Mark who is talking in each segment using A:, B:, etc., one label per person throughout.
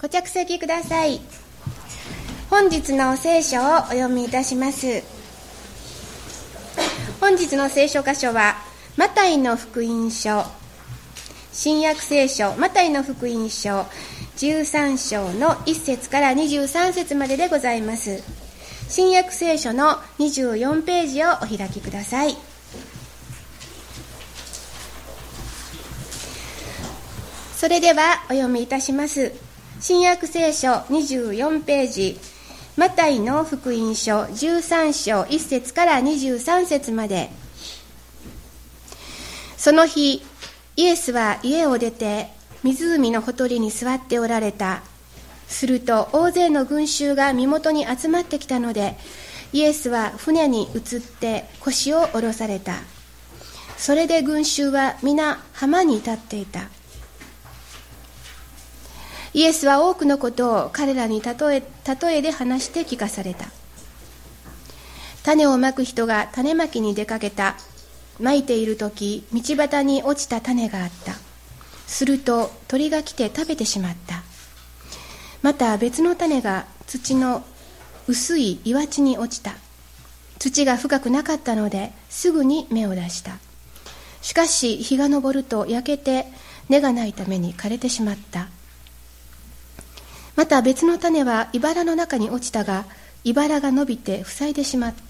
A: ご着席ください。本日の聖書をお読みいたします。本日の聖書箇所はマタイの福音書、新約聖書マタイの福音書13章の1節から23節まででございます。新約聖書の24ページをお開きください。それではお読みいたします。新約聖書24ページ、マタイの福音書13章1節から23節まで。その日、イエスは家を出て湖のほとりに座っておられた。すると大勢の群衆が身元に集まってきたので、イエスは船に移って腰を下ろされた。それで群衆は皆浜に立っていた。イエスは多くのことを彼らに例えで話して聞かされた。種をまく人が種まきに出かけた。まいているとき、道端に落ちた種があった。すると鳥が来て食べてしまった。また別の種が土の薄い岩地に落ちた。土が深くなかったのですぐに芽を出した。しかし日が昇ると焼けて根がないために枯れてしまった。また別の種は茨の中に落ちたが、茨が伸びて塞いでしまった。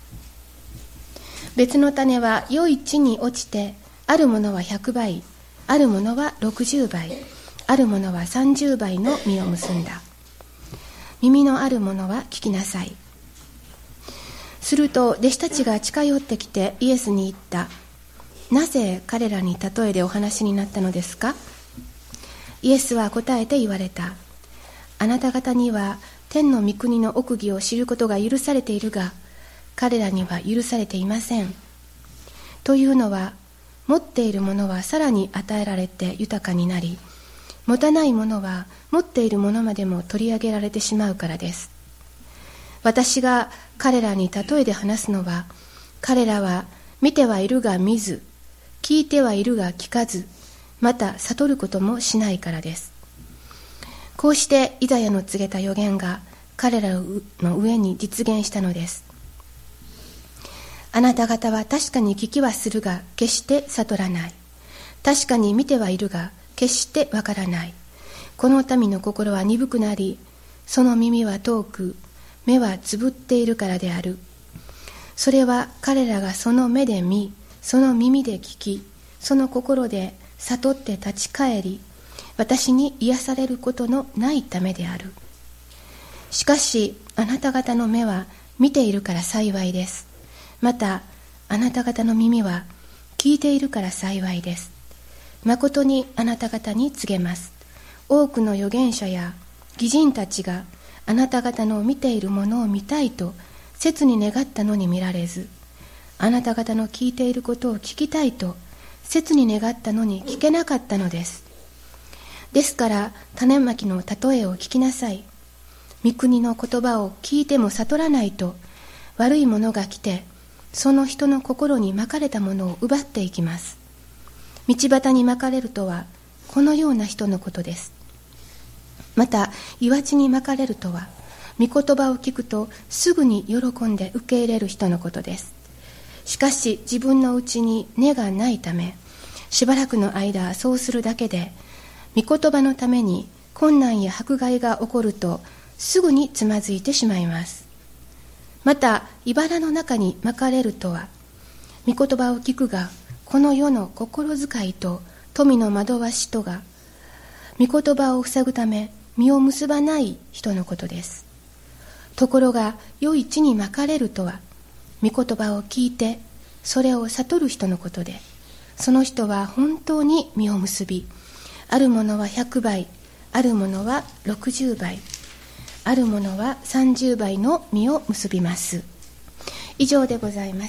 A: 別の種は良い地に落ちて、あるものは100倍、あるものは60倍、あるものは30倍の実を結んだ。耳のあるものは聞きなさい。すると弟子たちが近寄ってきてイエスに言った。なぜ彼らに例えでお話になったのですか？イエスは答えて言われた。あなた方には天の御国の奥義を知ることが許されているが、彼らには許されていません。というのは、持っているものはさらに与えられて豊かになり、持たないものは持っているものまでも取り上げられてしまうからです。私が彼らに例えで話すのは、彼らは見てはいるが見ず、聞いてはいるが聞かず、また悟ることもしないからです。こうしてイザヤの告げた預言が彼らの上に実現したのです。あなた方は確かに聞きはするが決して悟らない。確かに見てはいるが決してわからない。この民の心は鈍くなり、その耳は遠く、目はつぶっているからである。それは彼らがその目で見、その耳で聞き、その心で悟って立ち返り、私に癒されることのないためである。しかしあなた方の目は見ているから幸いです。またあなた方の耳は聞いているから幸いです。誠にあなた方に告げます。多くの預言者や義人たちがあなた方の見ているものを見たいと切に願ったのに見られず、あなた方の聞いていることを聞きたいと切に願ったのに聞けなかったのです。ですから種まきの例えを聞きなさい。御国の言葉を聞いても悟らないと、悪いものが来てその人の心にまかれたものを奪っていきます。道端にまかれるとはこのような人のことです。また岩地にまかれるとは、御言葉を聞くとすぐに喜んで受け入れる人のことです。しかし自分のうちに根がないため、しばらくの間そうするだけで、御言葉のために困難や迫害が起こるとすぐにつまずいてしまいます。また茨の中にまかれるとは、御言葉を聞くがこの世の心遣いと富の惑わしとが御言葉を塞ぐため実を結ばない人のことです。ところが良い地にまかれるとは、御言葉を聞いてそれを悟る人のことで、その人は本当に実を結び、あるものは100倍、あるものは60倍、あるものは30倍の実を結びます。以上でございます。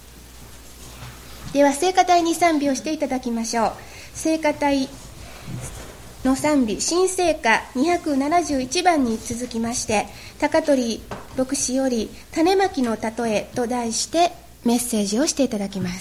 A: では聖歌隊に賛美をしていただきましょう。聖歌隊の賛美、新聖歌271番に続きまして、高取牧師より種まきの例えと題してメッセージをしていただきます。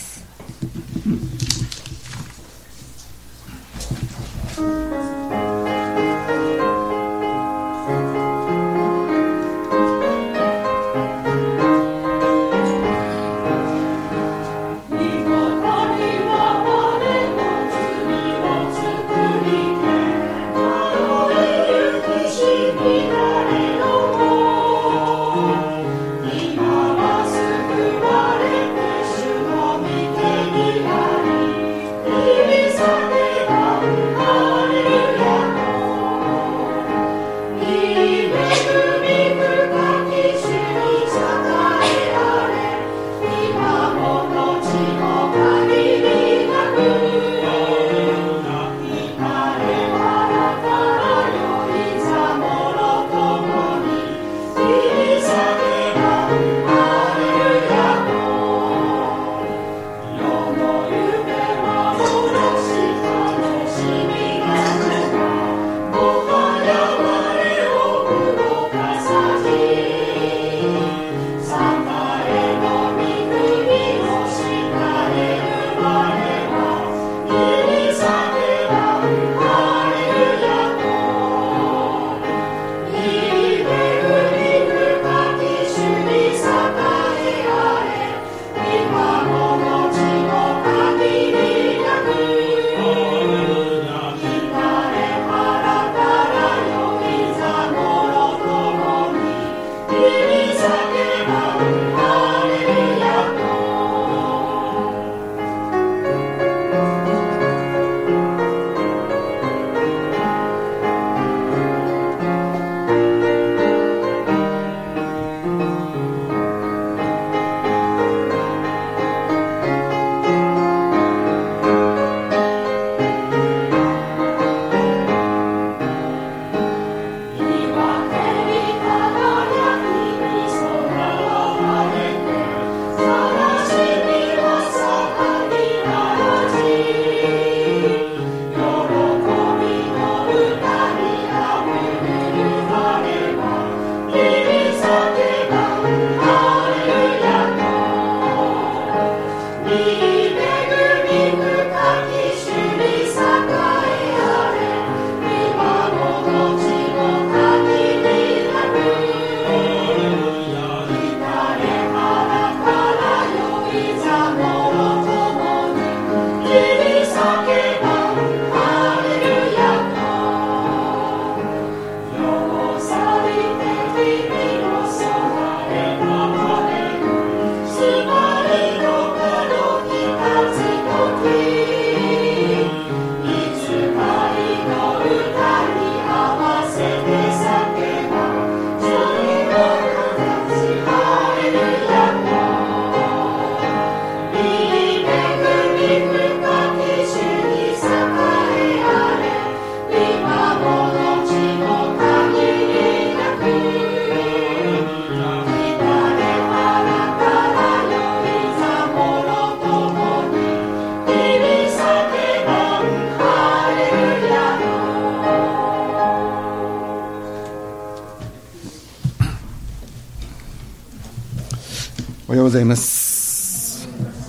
B: おはようございます。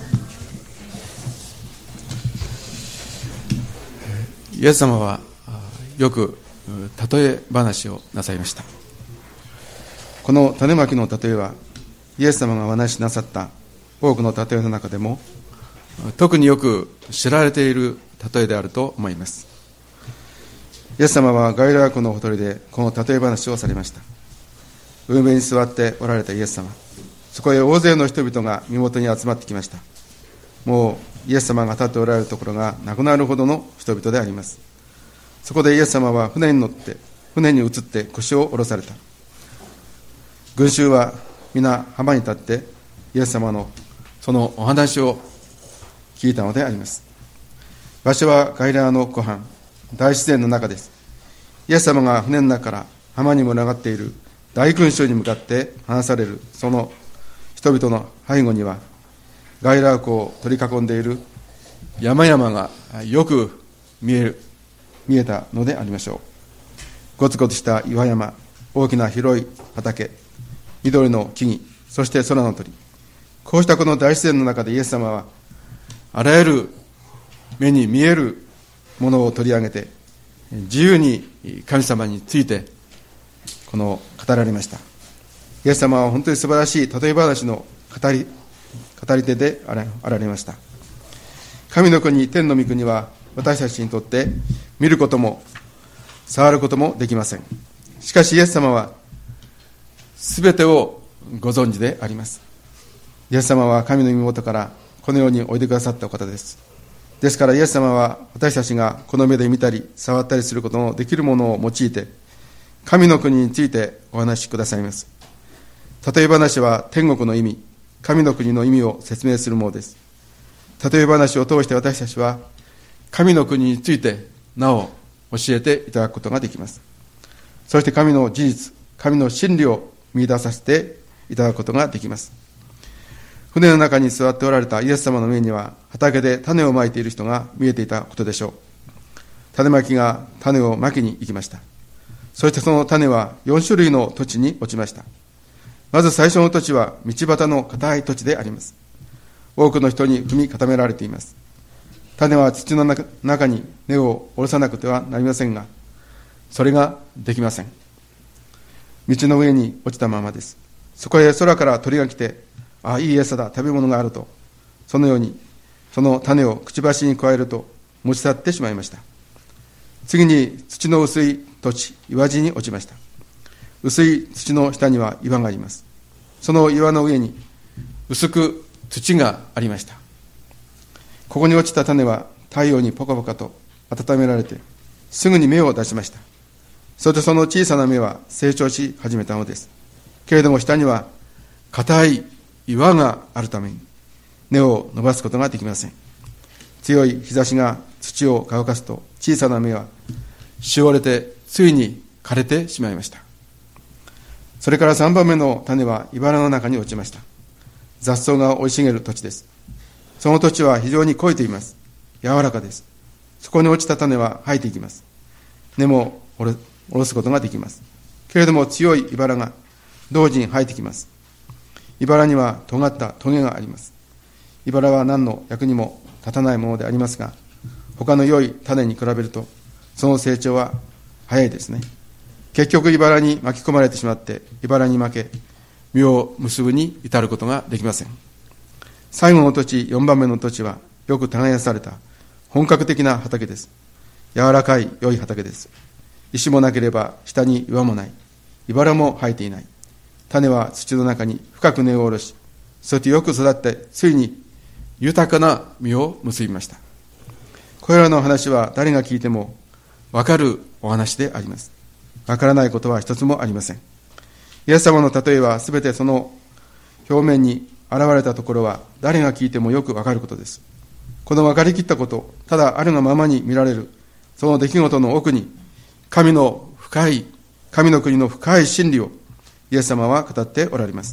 B: イエス様はよく例え話をなさいました。この種まきの例えは、イエス様がお話しなさった多くの例えの中でも特によく知られている例えであると思います。イエス様はガリラヤ湖のほとりでこの例え話をされました。海辺に座っておられたイエス様、そこへ大勢の人々が身元に集まってきました。もうイエス様が立っておられるところがなくなるほどの人々であります。そこでイエス様は船に乗って船に移って腰を下ろされた。群衆は皆浜に立ってイエス様のそのお話を聞いたのであります。場所はガリラヤの湖畔、大自然の中です。イエス様が船の中から浜に群がっている大群衆に向かって話されるその人々の背後には、ガリラヤ湖を取り囲んでいる山々がよく見えたのでありましょう。ゴツゴツした岩山、大きな広い畑、緑の木々、そして空の鳥、こうしたこの大自然の中でイエス様はあらゆる目に見えるものを取り上げて自由に神様について語られました。イエス様は本当に素晴らしい例え話の語り手であられました。神の国、天の御国は私たちにとって見ることも触ることもできません。しかしイエス様は全てをご存知であります。イエス様は神の身元からこの世においでくださったお方です。ですからイエス様は私たちがこの目で見たり触ったりすることのできるものを用いて神の国についてお話しくださいます。例え話は天国の意味、神の国の意味を説明するものです。例え話を通して私たちは神の国についてなお教えていただくことができます。そして神の事実、神の真理を見出させていただくことができます。船の中に座っておられたイエス様の上には畑で種をまいている人が見えていたことでしょう。種まきが種をまきに行きました。そしてその種は4種類の土地に落ちました。まず最初の土地は道端の固い土地であります。多くの人に踏み固められています。種は土の中に根を下ろさなくてはなりませんが、それができません。道の上に落ちたままです。そこへ空から鳥が来て、いい餌だ、食べ物があると、そのようにその種をくちばしに加えると持ち去ってしまいました。次に土の薄い土地、岩地に落ちました。薄い土の下には岩があります。その岩の上に薄く土がありました。ここに落ちた種は太陽にポカポカと温められてすぐに芽を出しました。そしてその小さな芽は成長し始めたのです。けれども下には硬い岩があるために根を伸ばすことができません。強い日差しが土を乾かすと小さな芽はしおれてついに枯れてしまいました。それから3番目の種は茨の中に落ちました。雑草が生い茂る土地です。その土地は非常に肥えています。柔らかです。そこに落ちた種は生えていきます。根も下ろすことができます。けれども強い茨が同時に生えてきます。茨には尖ったトゲがあります。茨は何の役にも立たないものでありますが、他の良い種に比べるとその成長は早いですね。結局茨に巻き込まれてしまって茨に負け実を結ぶに至ることができません。最後の土地、4番目の土地はよく耕された本格的な畑です。柔らかい良い畑です。石もなければ下に岩もない。茨も生えていない。種は土の中に深く根を下ろし、そしてよく育ってついに豊かな実を結びました。これらの話は誰が聞いても分かるお話であります。分からないことは一つもありません。イエス様の例えはすべてその表面に現れたところは誰が聞いてもよく分かることです。この分かりきったこと、ただあるがままに見られるその出来事の奥に神の国の深い真理をイエス様は語っておられます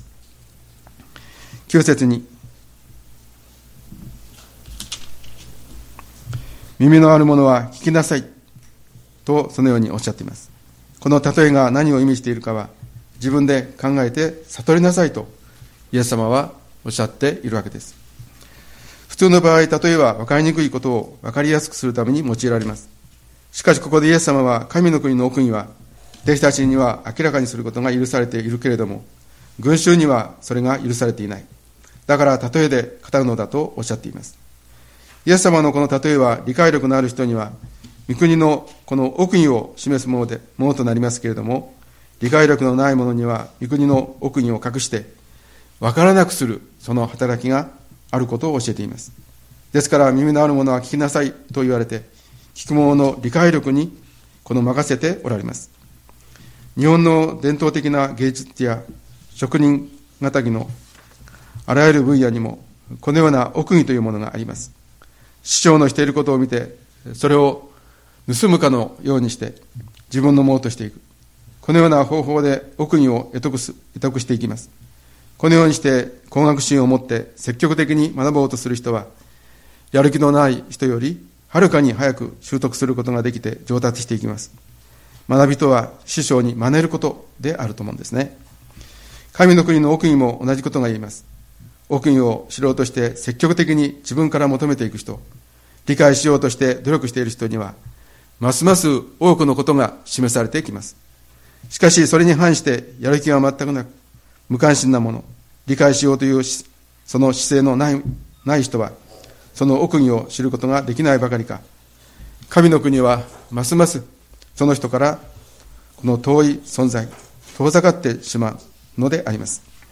B: 。9節に、耳のある者は聞きなさいとそのようにおっしゃっています。この例えが何を意味しているかは自分で考えて悟りなさいとイエス様はおっしゃっているわけです。普通の場合、例えば分かりにくいことを分かりやすくするために用いられます。しかしここでイエス様は、神の国の奥義は弟子たちには明らかにすることが許されているけれども、群衆にはそれが許されていない。だから例えで語るのだとおっしゃっています。イエス様のこの例えは、理解力のある人には御国のこの奥義を示すものとなりますけれども、理解力のない者には御国の奥義を隠して分からなくする、その働きがあることを教えています。ですから耳のある者は聞きなさいと言われて、聞く者の理解力に任せておられます。日本の伝統的な芸術や職人型のあらゆる分野にもこのような奥義というものがあります。師匠のしていることを見て、それを盗むかのようにして自分のものとしていく。このような方法で奥義を得得していきます。このようにして工学心を持って積極的に学ぼうとする人は、やる気のない人よりはるかに早く習得することができて上達していきます。学びとは師匠に真似ることであると思うんですね。神の国の奥義も同じことが言えます。奥義を知ろうとして積極的に自分から求めていく人、理解しようとして努力している人には、ますます多くのことが示されてきます。しかしそれに反してやる気が全くなく、無関心なもの、理解しようというその姿勢のない人は、その奥義を知ることができないばかりか、神の国はますますその人からこの遠い存在、遠ざかってしまうのであります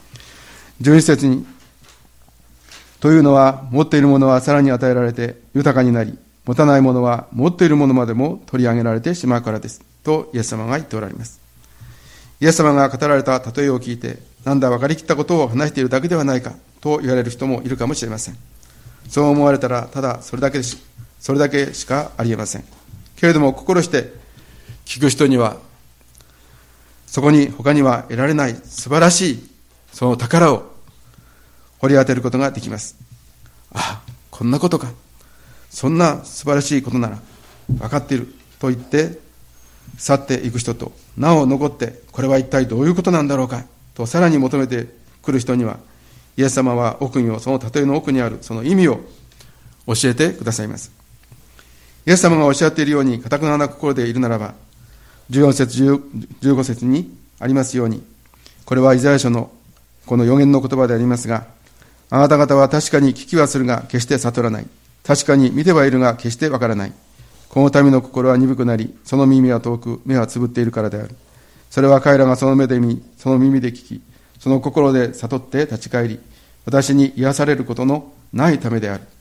B: 。11節に、というのは、持っているものはさらに与えられて豊かになり、持たないものは持っているものまでも取り上げられてしまうからですとイエス様が言っておられます。イエス様が語られた例えを聞いて、なんだ分かりきったことを話しているだけではないかと言われる人もいるかもしれません。そう思われたら、ただそれだけしかありえません。けれども心して聞く人には、そこに他には得られない素晴らしいその宝を掘り当てることができます。ああ、こんなことか、そんな素晴らしいことなら分かっていると言って去っていく人と、なお残ってこれは一体どういうことなんだろうかとさらに求めてくる人には、イエス様は奥義を、その例えの奥にあるその意味を教えてくださいます。イエス様がおっしゃっているように、堅くな心でいるならば、14節15節にありますように、これはイザヤ書のこの預言の言葉でありますが、あなた方は確かに聞きはするが決して悟らない。確かに見てはいるが決してわからない。この民の心は鈍くなり、その耳は遠く、目はつぶっているからである。それは彼らがその目で見、その耳で聞き、その心で悟って立ち返り、私に癒されることのないためである。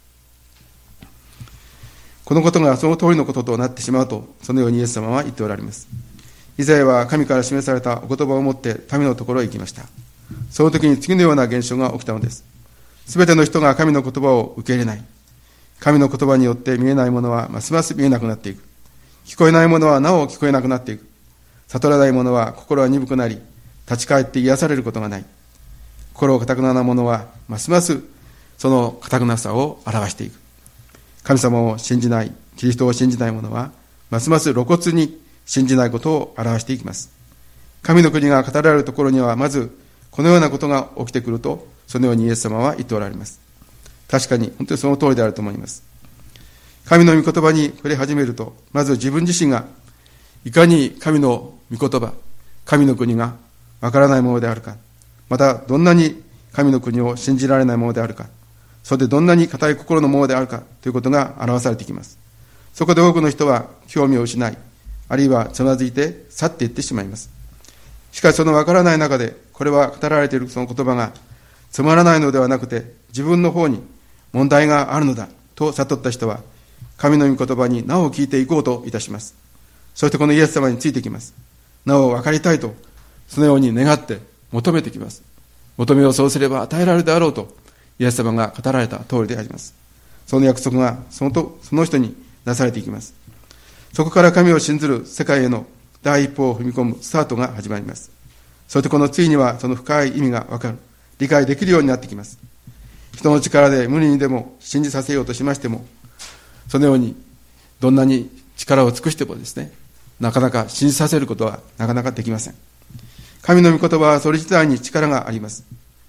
B: このことがその通りのこととなってしまうと、そのようにイエス様は言っておられます。イザヤは神から示されたお言葉を持って民のところへ行きました。その時に次のような現象が起きたのです。すべての人が神の言葉を受け入れない。神の言葉によって見えないものはますます見えなくなっていく。聞こえないものはなお聞こえなくなっていく。悟らないものは心は鈍くなり、立ち返って癒されることがない。心を堅くななものはますますその堅くなさを表していく。神様を信じない、キリストを信じない者はますます露骨に信じないことを表していきます。神の国が語られるところには、まずこのようなことが起きてくると、そのようにイエス様は言っておられます。確かに本当にその通りであると思います。神の御言葉に触れ始めると、まず自分自身がいかに神の御言葉、神の国がわからないものであるか、またどんなに神の国を信じられないものであるか、それでどんなに固い心のものであるかということが表されてきます。そこで多くの人は興味を失い、あるいはつまずいて去っていってしまいます。しかしそのわからない中で、これは語られているその言葉がつまらないのではなくて、自分の方に問題があるのだと悟った人は、神の御言葉になお聞いていこうといたします。そしてこのイエス様についてきます。なお分かりたいと、そのように願って求めてきます。求めをそうすれば与えられるであろうと、イエス様が語られた通りであります。その約束がその人になされていきます。そこから神を信ずる世界への第一歩を踏み込むスタートが始まります。そしてこのついにはその深い意味が分かる、理解できるようになってきます。人の力で無理にでも信じさせようとしましても、そのようにどんなに力を尽くしてもですね、なかなか信じさせることはなかなかできません。神の御言葉はそれ自体に力があります。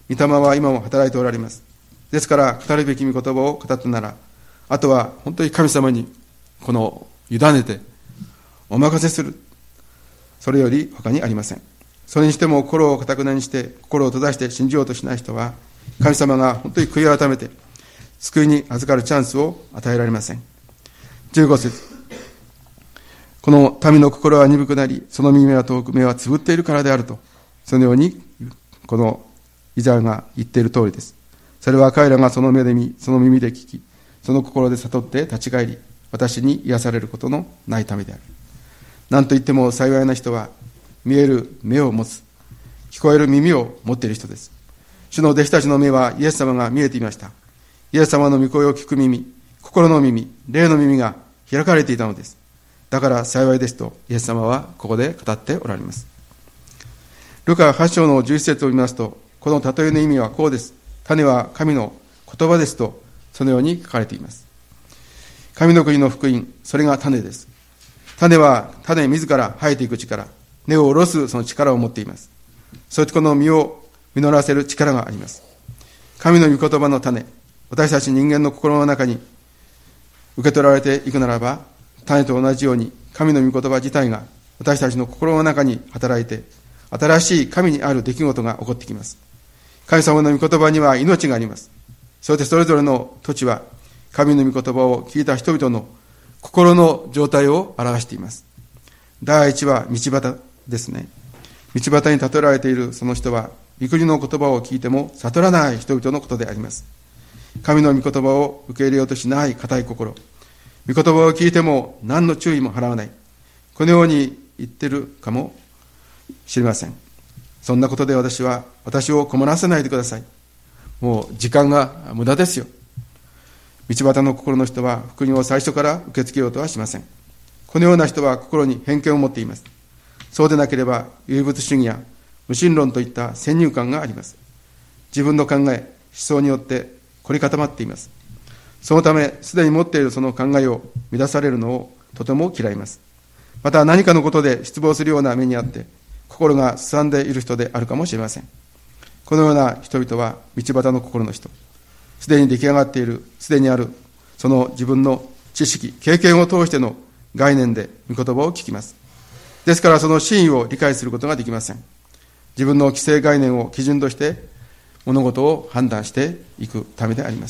B: 御霊は今も働いておられます。ですから、語るべき御言葉を語ったなら、あとは本当に神様に委ねてお任せする。それより他にありません。それにしても心をかたくなにして、心を閉ざして信じようとしない人は、神様が本当に悔い改めて、救いに預かるチャンスを与えられません。15節。この民の心は鈍くなり、その耳は遠く、目はつぶっているからであると、そのように、このイザヤが言っている通りです。それは彼らがその目で見、その耳で聞き、その心で悟って立ち返り、私に癒されることのないためである。なんといっても幸いな人は、見える目を持つ、聞こえる耳を持っている人です。主の弟子たちの目はイエス様が見えていました。イエス様の御声を聞く耳、心の耳、霊の耳が開かれていたのです。だから幸いですとイエス様はここで語っておられます。ルカ8章の11節を見ますと、この例えの意味はこうです。種は神の言葉ですと、そのように書かれています。神の国の福音、それが種です。種は種自ら生えていく力、根を下ろすその力を持っています。そしてこの実を実らせる力があります。神の御言葉の種、私たち人間の心の中に受け取られていくならば、種と同じように神の御言葉自体が私たちの心の中に働いて、新しい神にある出来事が起こってきます。神様の御言葉には命があります。そしてそれぞれの土地は神の御言葉を聞いた人々の心の状態を表しています。第一は道端ですね。道端に例えられているその人は、御国の言葉を聞いても悟らない人々のことであります。神の御言葉を受け入れようとしない固い心、御言葉を聞いても何の注意も払わない、このように言っているかもしれません。そんなことで私を困らせないでください。もう時間が無駄ですよ。道端の心の人は福音を最初から受け付けようとはしません。このような人は心に偏見を持っています。そうでなければ唯物主義や無神論といった先入観があります。自分の考え、思想によって凝り固まっています。そのため、すでに持っているその考えを乱されるのをとても嫌います。また何かのことで失望するような目にあって、心がすさんでいる人であるかもしれません。このような人々は道端の心の人、すでに出来上がっている、すでにある、その自分の知識、経験を通しての概念で御言葉を聞きます。ですからその真意を理解することができません。自分の既成概念を基準として物事を判断していくためであります。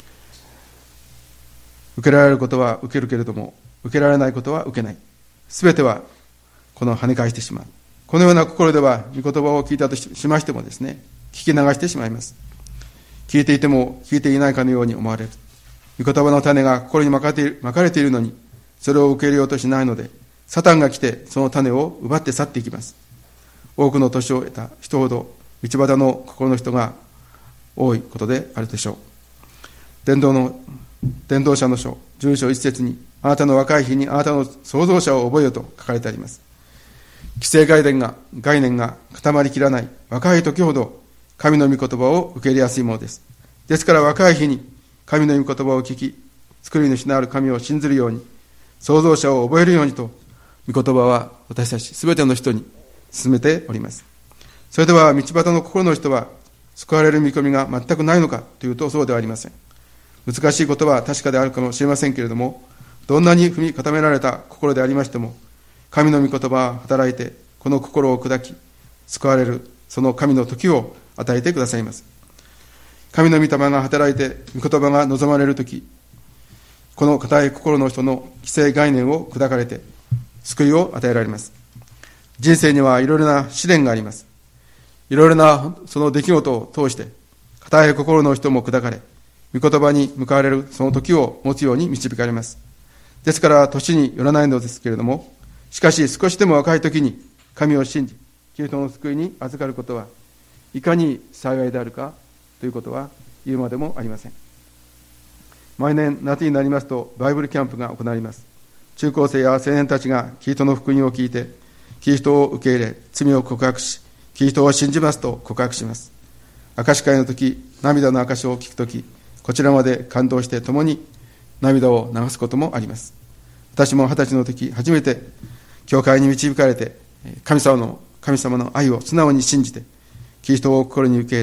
B: 受けられることは受けるけれども、受けられないことは受けない。すべてはこの跳ね返してしまう。このような心では御言葉を聞いたとしましてもですね、聞き流してしまいます。聞いていても聞いていないかのように思われる。御言葉の種が心にまかれているのに、それを受け入れようとしないので、サタンが来てその種を奪って去っていきます。多くの年を得た人ほど道端の心の人が多いことであるでしょう。伝道者の書10章1節に、あなたの若い日にあなたの創造者を覚えよと書かれてあります。既成概念が固まりきらない若い時ほど神の御言葉を受け入れやすいものです。ですから若い日に神の御言葉を聞き、作り主なる神を信ずるように、創造者を覚えるようにと、御言葉は私たちすべての人に進めております。それでは道端の心の人は救われる見込みが全くないのかというと、そうではありません。難しいことは確かであるかもしれませんけれども、どんなに踏み固められた心でありましても、神の御言葉は働いてこの心を砕き救われる、その神の時を与えてくださいます。神の御霊が働いて御言葉が望まれるとき、この固い心の人の既成概念を砕かれて救いを与えられます。人生にはいろいろな試練があります。いろいろなその出来事を通して固い心の人も砕かれ、御言葉に向かわれるその時を持つように導かれます。ですから年によらないのですけれども、しかし少しでも若い時に神を信じ、キリストの救いに預かることはいかに幸いであるかということは言うまでもありません。毎年夏になりますとバイブルキャンプが行われます。中高生や青年たちがキリストの福音を聞いて、キリストを受け入れ、罪を告白し、キリストを信じますと告白します。証し会の時、涙の証しを聞く時、こちらまで感動して共に涙を流すこともあります。私も20歳の時、初めて教会に導かれて、神様の愛を素直に信じて、キリストを心に受け入れ、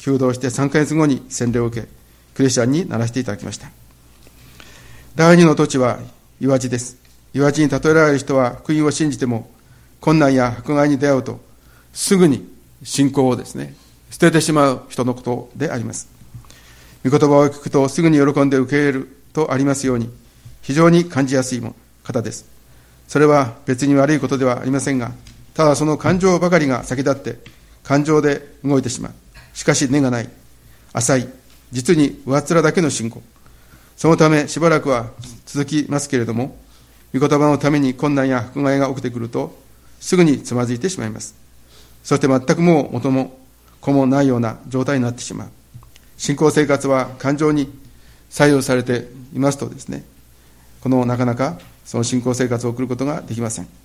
B: 求道して3ヶ月後に洗礼を受け、クリスチャンにならせていただきました。第二の土地は岩地です。岩地に例えられる人は福音を信じても困難や迫害に出会うとすぐに信仰をですね、捨ててしまう人のことであります。御言葉を聞くとすぐに喜んで受け入れるとありますように、非常に感じやすい方です。それは別に悪いことではありませんが、ただその感情ばかりが先立って感情で動いてしまう。しかし根がない、浅い、実に上っ面だけの信仰。そのためしばらくは続きますけれども、御言葉のために困難や迫害が起きてくるとすぐにつまずいてしまいます。そして全くもう元も子もないような状態になってしまう。信仰生活は感情に左右されていますとですね、なかなかその信仰生活を送ることができません。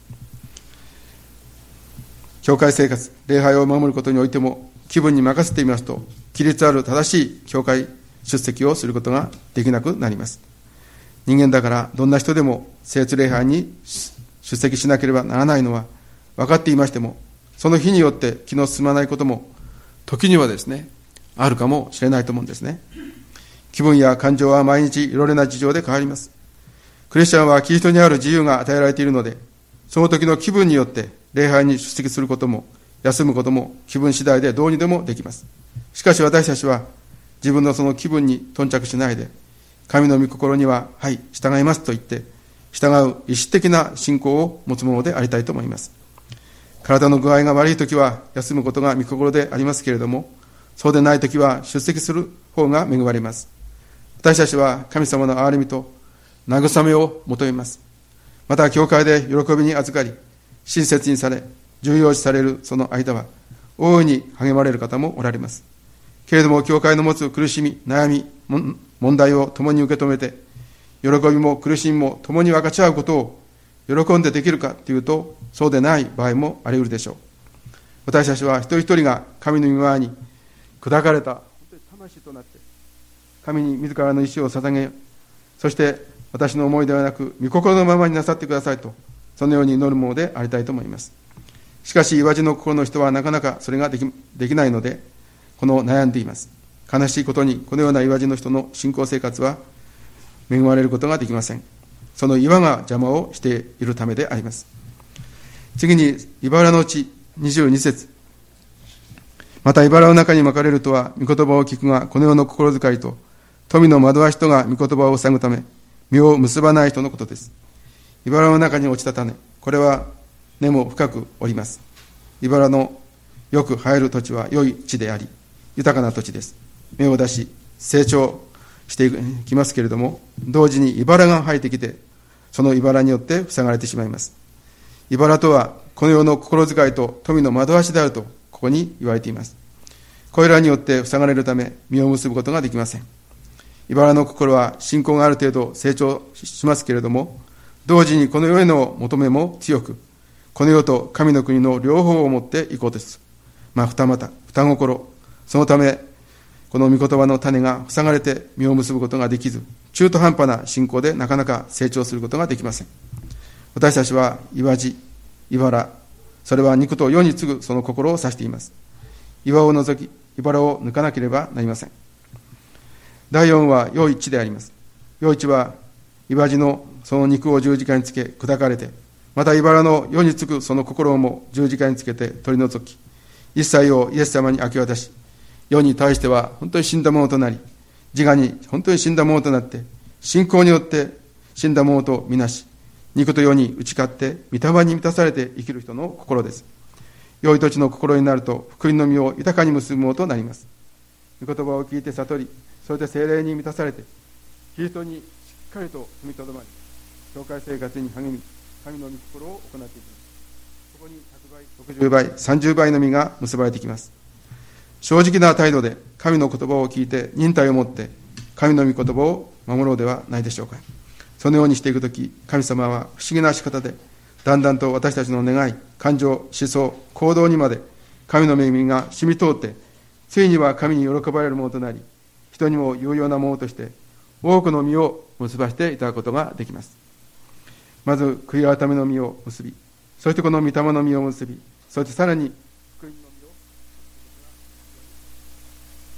B: 教会生活、礼拝を守ることにおいても気分に任せていますと、規律ある正しい教会出席をすることができなくなります。人間だからどんな人でも聖地礼拝に出席しなければならないのは分かっていましても、その日によって気の進まないことも時にはですね、あるかもしれないと思うんですね。気分や感情は毎日いろいろな事情で変わります。クリスチャンはキリストにある自由が与えられているので、その時の気分によって礼拝に出席することも休むことも気分次第でどうにでもできます。しかし私たちは自分のその気分に頓着しないで、神の御心にははい従いますと言って従う意志的な信仰を持つものでありたいと思います。体の具合が悪い時は休むことが御心でありますけれども、そうでない時は出席する方が恵まれます。私たちは神様の憐れみと慰めを求めます。また教会で喜びに預かり、親切にされ重要視されるその間は大いに励まれる方もおられます。けれども教会の持つ苦しみ、悩み、問題を共に受け止めて、喜びも苦しみも共に分かち合うことを喜んでできるかというと、そうでない場合もあり得るでしょう。私たちは一人一人が神の御前に砕かれた魂となって、神に自らの意志を捧げ、そして私の思いではなく御心のままになさってくださいと、そのように祈るものでありたいと思います。しかし岩地の心の人はなかなかそれができないので、悩んでいます。悲しいことにこのような岩地の人の信仰生活は恵まれることができません。その岩が邪魔をしているためであります。次に茨の地22節。また茨の中にまかれるとは御言葉を聞くがこの世の心遣いと富の惑わしとが御言葉を塞ぐため実を結ばない人のことです。茨の中に落ちた種、これは根も深くおります。茨のよく生える土地は良い地であり豊かな土地です。芽を出し成長していきますけれども、同時に茨が生えてきてその茨によって塞がれてしまいます。茨とはこの世の心遣いと富の惑わしであるとここに言われています。これらによって塞がれるため実を結ぶことができません。茨の心は信仰がある程度成長しますけれども、同時にこの世への求めも強く、この世と神の国の両方を持っていこうとする。二股、二心。そのため、この御言葉の種が塞がれて実を結ぶことができず、中途半端な信仰でなかなか成長することができません。私たちは岩地、茨、それは肉と世に次ぐその心を指しています。岩を除き、茨を抜かなければなりません。第4は良い地であります。良い地は岩地のその肉を十字架につけ砕かれて、また茨の世につくその心も十字架につけて取り除き、一切をイエス様に明け渡し、世に対しては本当に死んだものとなり、自我に本当に死んだものとなって、信仰によって死んだものとみなし、肉と世に打ち勝って御霊に満たされて生きる人の心です。良い土地の心になると福音の実を豊かに結ぶものとなります。御言葉を聞いて悟り、それで聖霊に満たされてキリストにしっかりと踏みとどまり、教会生活に励み、神の御心を行っていきます。そこに100倍、60倍、30倍の実が結ばれてきます。正直な態度で神の言葉を聞いて忍耐を持って神の御言葉を守ろうではないでしょうか。そのようにしていくとき、神様は不思議な仕方でだんだんと私たちの願い、感情、思想、行動にまで神の恵みが染み通って、ついには神に喜ばれるものとなり、人にも有用なものとして多くの実を結ばせていただくことができます。まず悔い改めの実を結び、そしてこの御霊の実を結び、そしてさらに福音の実を、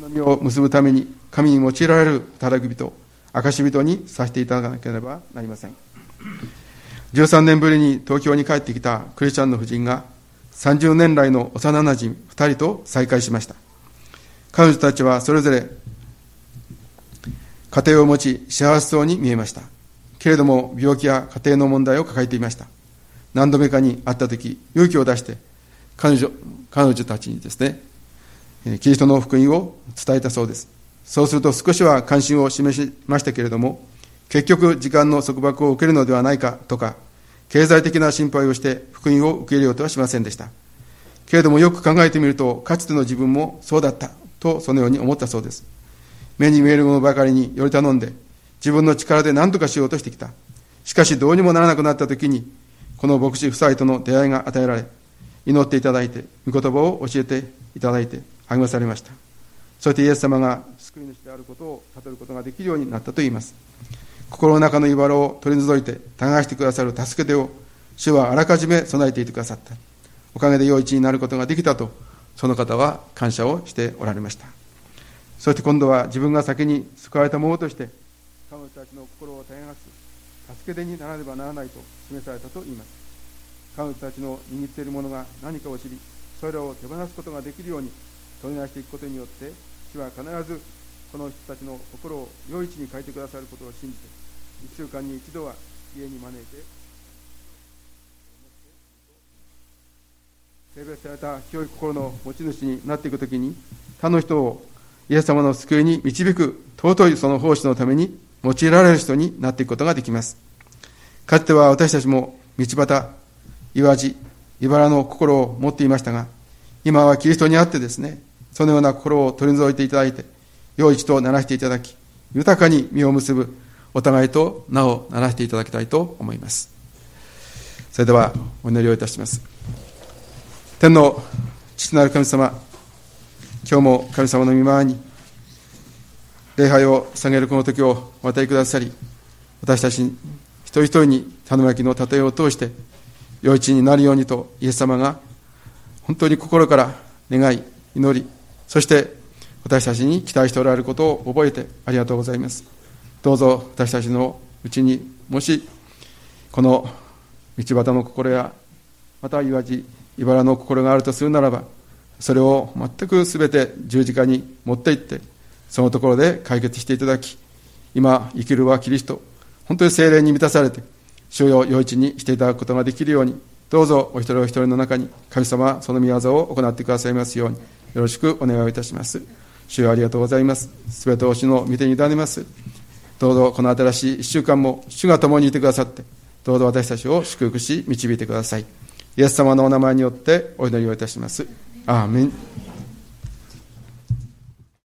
B: の実を結ぶために神に用いられる働き人、証人にさせていただかなければなりません。13年ぶりに東京に帰ってきたクリスチャンの夫人が30年来の幼なじみ2人と再会しました。彼女たちはそれぞれ家庭を持ち幸せそうに見えました。けれども病気や家庭の問題を抱えていました。何度目かに会ったとき、勇気を出して彼女たちにですね、キリストの福音を伝えたそうです。そうすると少しは関心を示しましたけれども、結局時間の束縛を受けるのではないかとか、経済的な心配をして福音を受け入れようとはしませんでした。けれどもよく考えてみると、かつての自分もそうだったとそのように思ったそうです。目に見えるものばかりにより頼んで、自分の力で何とかしようとしてきた。しかしどうにもならなくなったときに、この牧師夫妻との出会いが与えられ、祈っていただいて、御言葉を教えていただいて励まされました。そしてイエス様が救い主であることを悟ることができるようになったといいます。心の中の茨を取り除いて耕してくださる助け手を主はあらかじめ備えていてくださった。おかげで良い地になることができたと、その方は感謝をしておられました。そして今度は自分が先に救われたものとして、彼女たちの心を絶やがす助け手にならねばならないと示されたといいます。彼女たちの握っているものが何かを知り、それらを手放すことができるように取り出していくことによって、主は必ずこの人たちの心を良い地に変えてくださることを信じて、1週間に一度は家に招いて、性別された清い心の持ち主になっていくときに、他の人をイエス様の救いに導く尊いその奉仕のために用いられる人になっていくことができます。かつては私たちも道端、岩地、茨の心を持っていましたが、今はキリストにあってですね、そのような心を取り除いていただいて、良い地とならしていただき、豊かに実を結ぶお互いと名をならしていただきたいと思います。それではお祈りをいたします。天の父なる神様、今日も神様の御前に礼拝を捧げるこの時をお与えくださり、私たち一人一人に種まきの例えを通して良い地になるようにとイエス様が本当に心から願い祈り、そして私たちに期待しておられることを覚えてありがとうございます。どうぞ私たちのうちにもしこの道端の心やまた岩地茨の心があるとするならば、それを全くすべて十字架に持っていってそのところで解決していただき、今生きるはキリスト、本当に聖霊に満たされて主を良い地にしていただくことができるように、どうぞお一人お一人の中に神様はその御業を行ってくださいますようによろしくお願いをいたします。主よありがとうございます。すべてを主の御手に委ねます。どうぞこの新しい1週間も主が共にいてくださって、どうぞ私たちを祝福し導いてください。イエス様のお名前によってお祈りをいたします。アーメン。